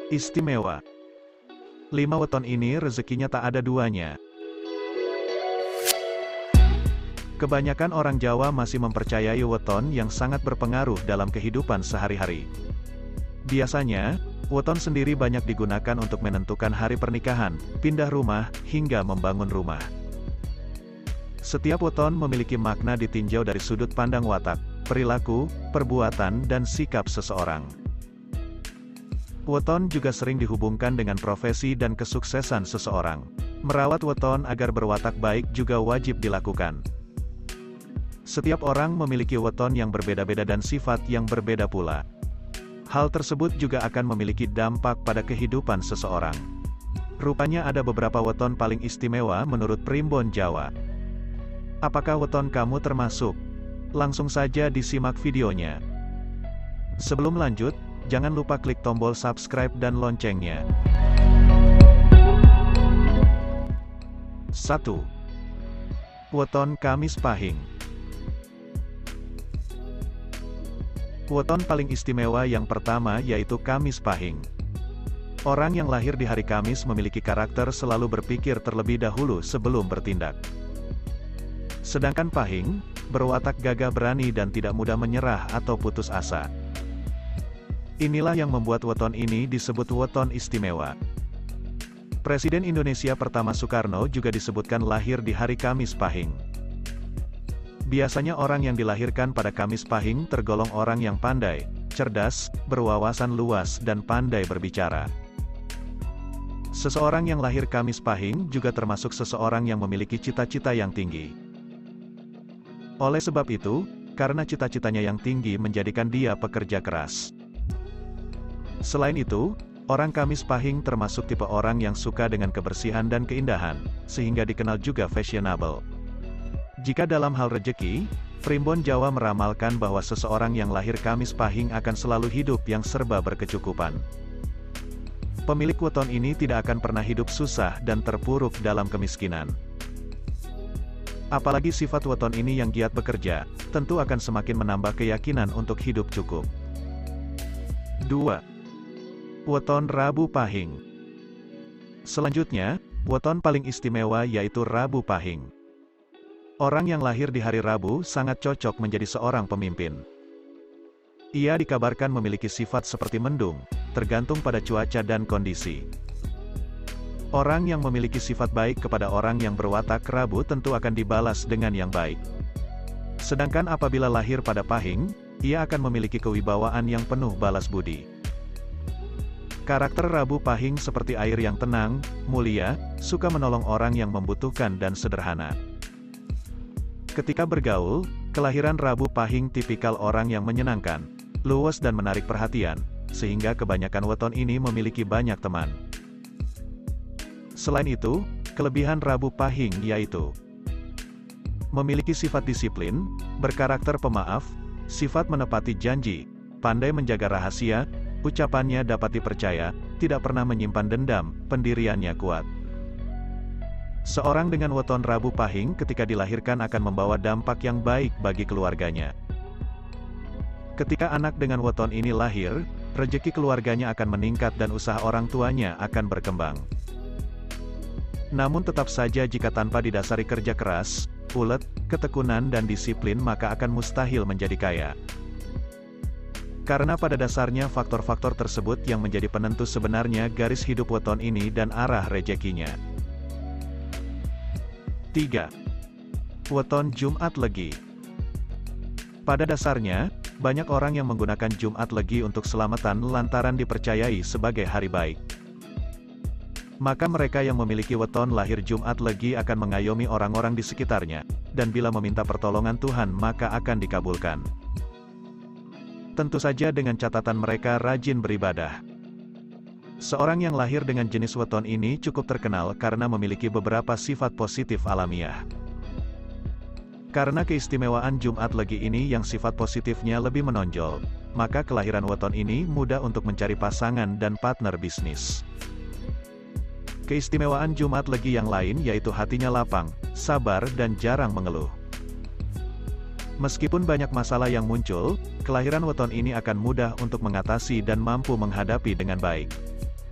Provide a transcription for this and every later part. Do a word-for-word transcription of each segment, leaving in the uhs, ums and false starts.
Istimewa. Lima weton ini rezekinya tak ada duanya. Kebanyakan orang Jawa masih mempercayai weton yang sangat berpengaruh dalam kehidupan sehari-hari. Biasanya, weton sendiri banyak digunakan untuk menentukan hari pernikahan, pindah rumah, hingga membangun rumah. Setiap weton memiliki makna ditinjau dari sudut pandang watak, perilaku, perbuatan, dan sikap seseorang. Weton juga sering dihubungkan dengan profesi dan kesuksesan seseorang. Merawat weton agar berwatak baik juga wajib dilakukan. Setiap orang memiliki weton yang berbeda-beda dan sifat yang berbeda pula. Hal tersebut juga akan memiliki dampak pada kehidupan seseorang. Rupanya ada beberapa weton paling istimewa menurut Primbon Jawa. Apakah weton kamu termasuk? Langsung saja disimak videonya. Sebelum lanjut, jangan lupa klik tombol subscribe dan loncengnya. satu. Weton Kamis Pahing. Weton paling istimewa yang pertama yaitu Kamis Pahing. Orang yang lahir di hari Kamis memiliki karakter selalu berpikir terlebih dahulu sebelum bertindak. Sedangkan Pahing, berwatak gagah berani dan tidak mudah menyerah atau putus asa. Inilah yang membuat weton ini disebut weton istimewa. Presiden Indonesia pertama Soekarno juga disebutkan lahir di hari Kamis Pahing. Biasanya orang yang dilahirkan pada Kamis Pahing tergolong orang yang pandai, cerdas, berwawasan luas dan pandai berbicara. Seseorang yang lahir Kamis Pahing juga termasuk seseorang yang memiliki cita-cita yang tinggi. Oleh sebab itu, karena cita-citanya yang tinggi menjadikan dia pekerja keras. Selain itu, orang Kamis Pahing termasuk tipe orang yang suka dengan kebersihan dan keindahan, sehingga dikenal juga fashionable. Jika dalam hal rejeki, Primbon Jawa meramalkan bahwa seseorang yang lahir Kamis Pahing akan selalu hidup yang serba berkecukupan. Pemilik weton ini tidak akan pernah hidup susah dan terpuruk dalam kemiskinan. Apalagi sifat weton ini yang giat bekerja, tentu akan semakin menambah keyakinan untuk hidup cukup. dua. Weton Rabu Pahing. Selanjutnya, weton paling istimewa yaitu Rabu Pahing. Orang yang lahir di hari Rabu sangat cocok menjadi seorang pemimpin. Ia dikabarkan memiliki sifat seperti mendung, tergantung pada cuaca dan kondisi. Orang yang memiliki sifat baik kepada orang yang berwatak Rabu tentu akan dibalas dengan yang baik. Sedangkan apabila lahir pada Pahing, ia akan memiliki kewibawaan yang penuh balas budi. Karakter Rabu Pahing seperti air yang tenang, mulia, suka menolong orang yang membutuhkan dan sederhana. Ketika bergaul, kelahiran Rabu Pahing tipikal orang yang menyenangkan, luwes dan menarik perhatian, sehingga kebanyakan weton ini memiliki banyak teman. Selain itu, kelebihan Rabu Pahing yaitu memiliki sifat disiplin, berkarakter pemaaf, sifat menepati janji, pandai menjaga rahasia, ucapannya dapat dipercaya, tidak pernah menyimpan dendam, pendiriannya kuat. Seorang dengan weton Rabu Pahing ketika dilahirkan akan membawa dampak yang baik bagi keluarganya. Ketika anak dengan weton ini lahir, rezeki keluarganya akan meningkat dan usaha orang tuanya akan berkembang. Namun tetap saja jika tanpa didasari kerja keras, ulet, ketekunan dan disiplin maka akan mustahil menjadi kaya. Karena pada dasarnya faktor-faktor tersebut yang menjadi penentu sebenarnya garis hidup weton ini dan arah rezekinya. tiga. Weton Jumat Legi. Pada dasarnya, banyak orang yang menggunakan Jumat Legi untuk selamatan lantaran dipercayai sebagai hari baik. Maka mereka yang memiliki weton lahir Jumat Legi akan mengayomi orang-orang di sekitarnya, dan bila meminta pertolongan Tuhan maka akan dikabulkan. Tentu saja dengan catatan mereka rajin beribadah. Seorang yang lahir dengan jenis weton ini cukup terkenal karena memiliki beberapa sifat positif alamiah. Karena keistimewaan Jumat Legi ini yang sifat positifnya lebih menonjol, maka kelahiran weton ini mudah untuk mencari pasangan dan partner bisnis. Keistimewaan Jumat Legi yang lain yaitu hatinya lapang, sabar dan jarang mengeluh. Meskipun banyak masalah yang muncul, kelahiran weton ini akan mudah untuk mengatasi dan mampu menghadapi dengan baik.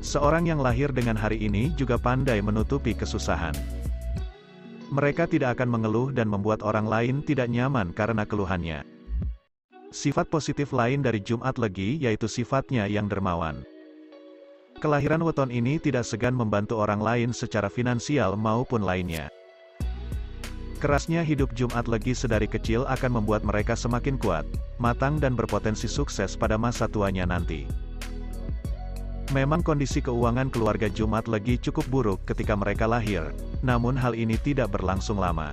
Seorang yang lahir dengan hari ini juga pandai menutupi kesusahan. Mereka tidak akan mengeluh dan membuat orang lain tidak nyaman karena keluhannya. Sifat positif lain dari Jumat Legi yaitu sifatnya yang dermawan. Kelahiran weton ini tidak segan membantu orang lain secara finansial maupun lainnya. Kerasnya hidup Jumat Legi sedari kecil akan membuat mereka semakin kuat, matang dan berpotensi sukses pada masa tuanya nanti. Memang kondisi keuangan keluarga Jumat Legi cukup buruk ketika mereka lahir, namun hal ini tidak berlangsung lama.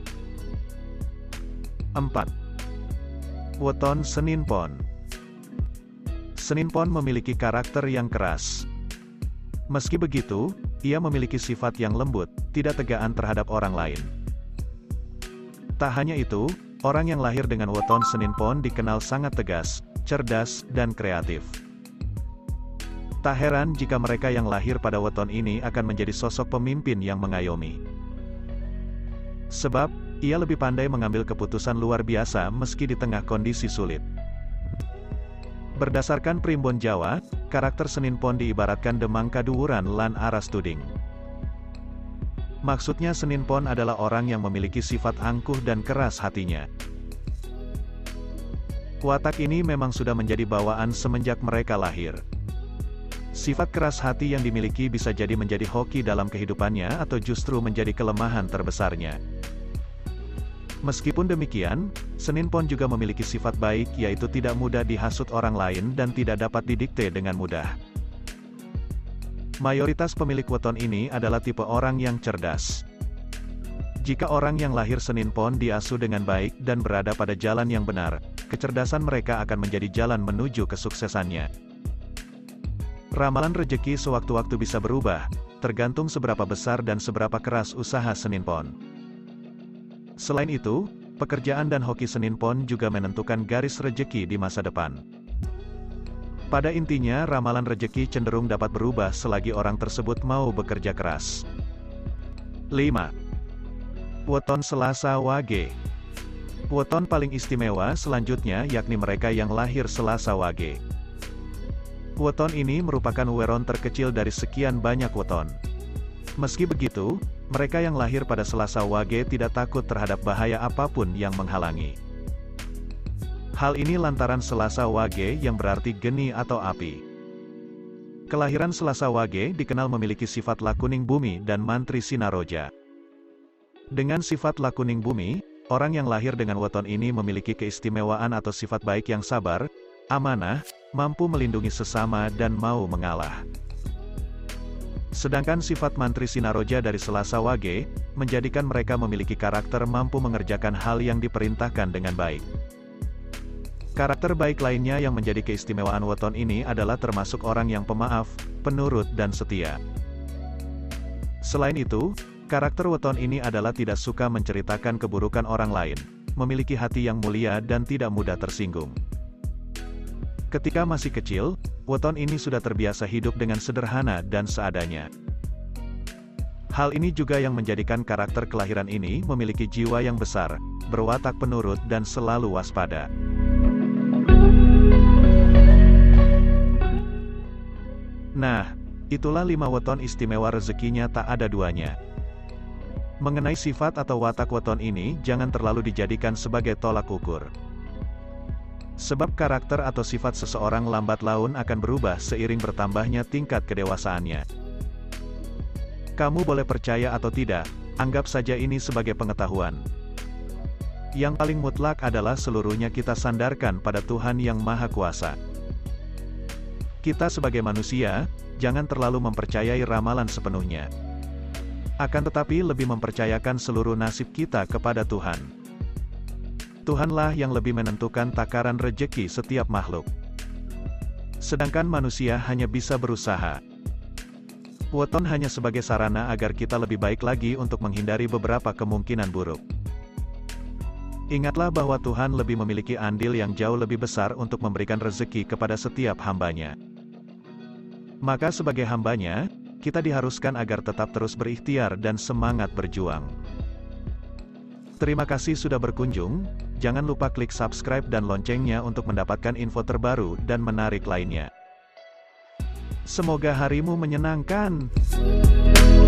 empat. Weton Senin Pon. Senin Pon memiliki karakter yang keras. Meski begitu, ia memiliki sifat yang lembut, tidak tegaan terhadap orang lain. Tak hanya itu, orang yang lahir dengan weton Senin Pon dikenal sangat tegas, cerdas, dan kreatif. Tak heran jika mereka yang lahir pada weton ini akan menjadi sosok pemimpin yang mengayomi. Sebab, ia lebih pandai mengambil keputusan luar biasa meski di tengah kondisi sulit. Berdasarkan Primbon Jawa, karakter Senin Pon diibaratkan demang kaduwuran lan aras tuding. Maksudnya Senin Pon adalah orang yang memiliki sifat angkuh dan keras hatinya. Watak ini memang sudah menjadi bawaan semenjak mereka lahir. Sifat keras hati yang dimiliki bisa jadi menjadi hoki dalam kehidupannya atau justru menjadi kelemahan terbesarnya. Meskipun demikian, Senin Pon juga memiliki sifat baik yaitu tidak mudah dihasut orang lain dan tidak dapat didikte dengan mudah. Mayoritas pemilik weton ini adalah tipe orang yang cerdas. Jika orang yang lahir Senin Pon diasuh dengan baik dan berada pada jalan yang benar, kecerdasan mereka akan menjadi jalan menuju kesuksesannya. Ramalan rejeki sewaktu-waktu bisa berubah, tergantung seberapa besar dan seberapa keras usaha Senin Pon. Selain itu, pekerjaan dan hoki Senin Pon juga menentukan garis rejeki di masa depan. Pada intinya ramalan rejeki cenderung dapat berubah selagi orang tersebut mau bekerja keras. lima. Weton Selasa Wage. Weton paling istimewa selanjutnya yakni mereka yang lahir Selasa Wage. Weton ini merupakan weton terkecil dari sekian banyak weton. Meski begitu, mereka yang lahir pada Selasa Wage tidak takut terhadap bahaya apapun yang menghalangi. Hal ini lantaran Selasa Wage yang berarti geni atau api. Kelahiran Selasa Wage dikenal memiliki sifat lakuning bumi dan mantri sinaroja. Dengan sifat lakuning bumi, orang yang lahir dengan weton ini memiliki keistimewaan atau sifat baik yang sabar, amanah, mampu melindungi sesama dan mau mengalah. Sedangkan sifat mantri sinaroja dari Selasa Wage, menjadikan mereka memiliki karakter mampu mengerjakan hal yang diperintahkan dengan baik. Karakter baik lainnya yang menjadi keistimewaan weton ini adalah termasuk orang yang pemaaf, penurut dan setia. Selain itu, karakter weton ini adalah tidak suka menceritakan keburukan orang lain, memiliki hati yang mulia dan tidak mudah tersinggung. Ketika masih kecil, weton ini sudah terbiasa hidup dengan sederhana dan seadanya. Hal ini juga yang menjadikan karakter kelahiran ini memiliki jiwa yang besar, berwatak penurut dan selalu waspada. Nah, itulah lima weton istimewa rezekinya tak ada duanya. Mengenai sifat atau watak weton ini jangan terlalu dijadikan sebagai tolak ukur. Sebab karakter atau sifat seseorang lambat laun akan berubah seiring bertambahnya tingkat kedewasaannya. Kamu boleh percaya atau tidak, anggap saja ini sebagai pengetahuan. Yang paling mutlak adalah seluruhnya kita sandarkan pada Tuhan yang Maha Kuasa. Kita sebagai manusia, jangan terlalu mempercayai ramalan sepenuhnya. Akan tetapi lebih mempercayakan seluruh nasib kita kepada Tuhan. Tuhanlah yang lebih menentukan takaran rejeki setiap makhluk. Sedangkan manusia hanya bisa berusaha. Weton hanya sebagai sarana agar kita lebih baik lagi untuk menghindari beberapa kemungkinan buruk. Ingatlah bahwa Tuhan lebih memiliki andil yang jauh lebih besar untuk memberikan rezeki kepada setiap hambanya. Maka sebagai hambanya, kita diharuskan agar tetap terus berikhtiar dan semangat berjuang. Terima kasih sudah berkunjung, jangan lupa klik subscribe dan loncengnya untuk mendapatkan info terbaru dan menarik lainnya. Semoga harimu menyenangkan.